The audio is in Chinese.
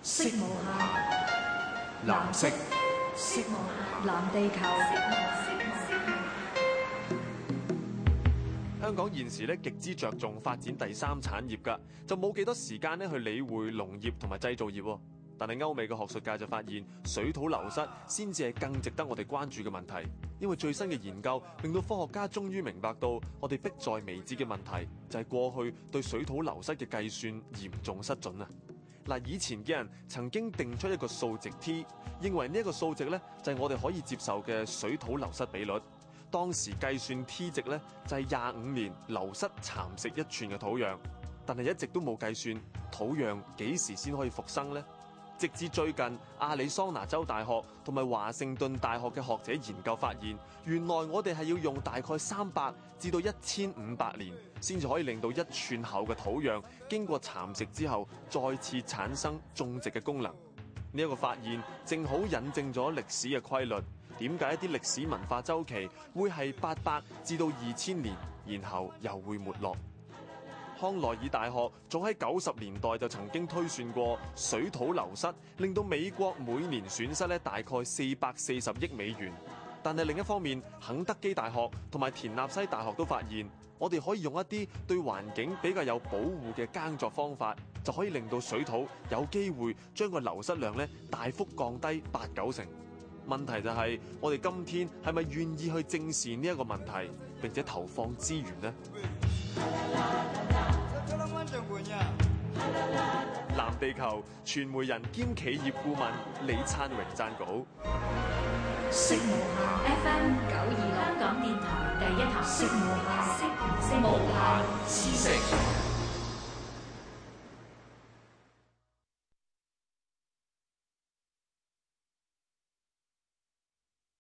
色無限，藍色，色無限，藍地球。 香港現時極之着重發展第三產業㗎，就冇幾多時間去理會農業同埋製造業。但係歐美嘅學術界就發現，水土流失先至係更值得我哋關注嘅問題。因為最新嘅研究令到科學家終於明白到，我哋迫在眉睫嘅問題就係過去對水土流失嘅計算嚴重失準啊！嗱，以前嘅人曾經定出一個數值 T， 認為呢一個數值呢就係我哋可以接受嘅水土流失比率。當時計算 T 值呢就係25年流失蠶食1寸嘅土壤，但係一直都冇計算土壤幾時先可以復生呢？直至最近，亞利桑那州大學同埋華盛頓大學嘅學者研究發現，原來我哋係要用大概300至到1500年，先至可以令到1寸厚嘅土壤經過蠶食之後，再次產生種植嘅功能。呢一個發現正好引證咗歷史嘅規律。點解一啲歷史文化週期會係800至到2000年，然後又會沒落？康奈爾大學早喺90年代就曾經推算過水土流失令到美國每年損失大概440億美元。但係另一方面，肯德基大學同埋田納西大學都發現，我哋可以用一啲對環境比較有保護嘅耕作方法，就可以令到水土有機會將個流失量大幅降低8-9成。問題就係，我哋今天係咪願意去正視呢一個問題，並且投放資源呢？藍地球傳媒人兼企業顧問李燦榮撰稿。 色無限 FM 926香港電台第一台，色無限，色無限知識。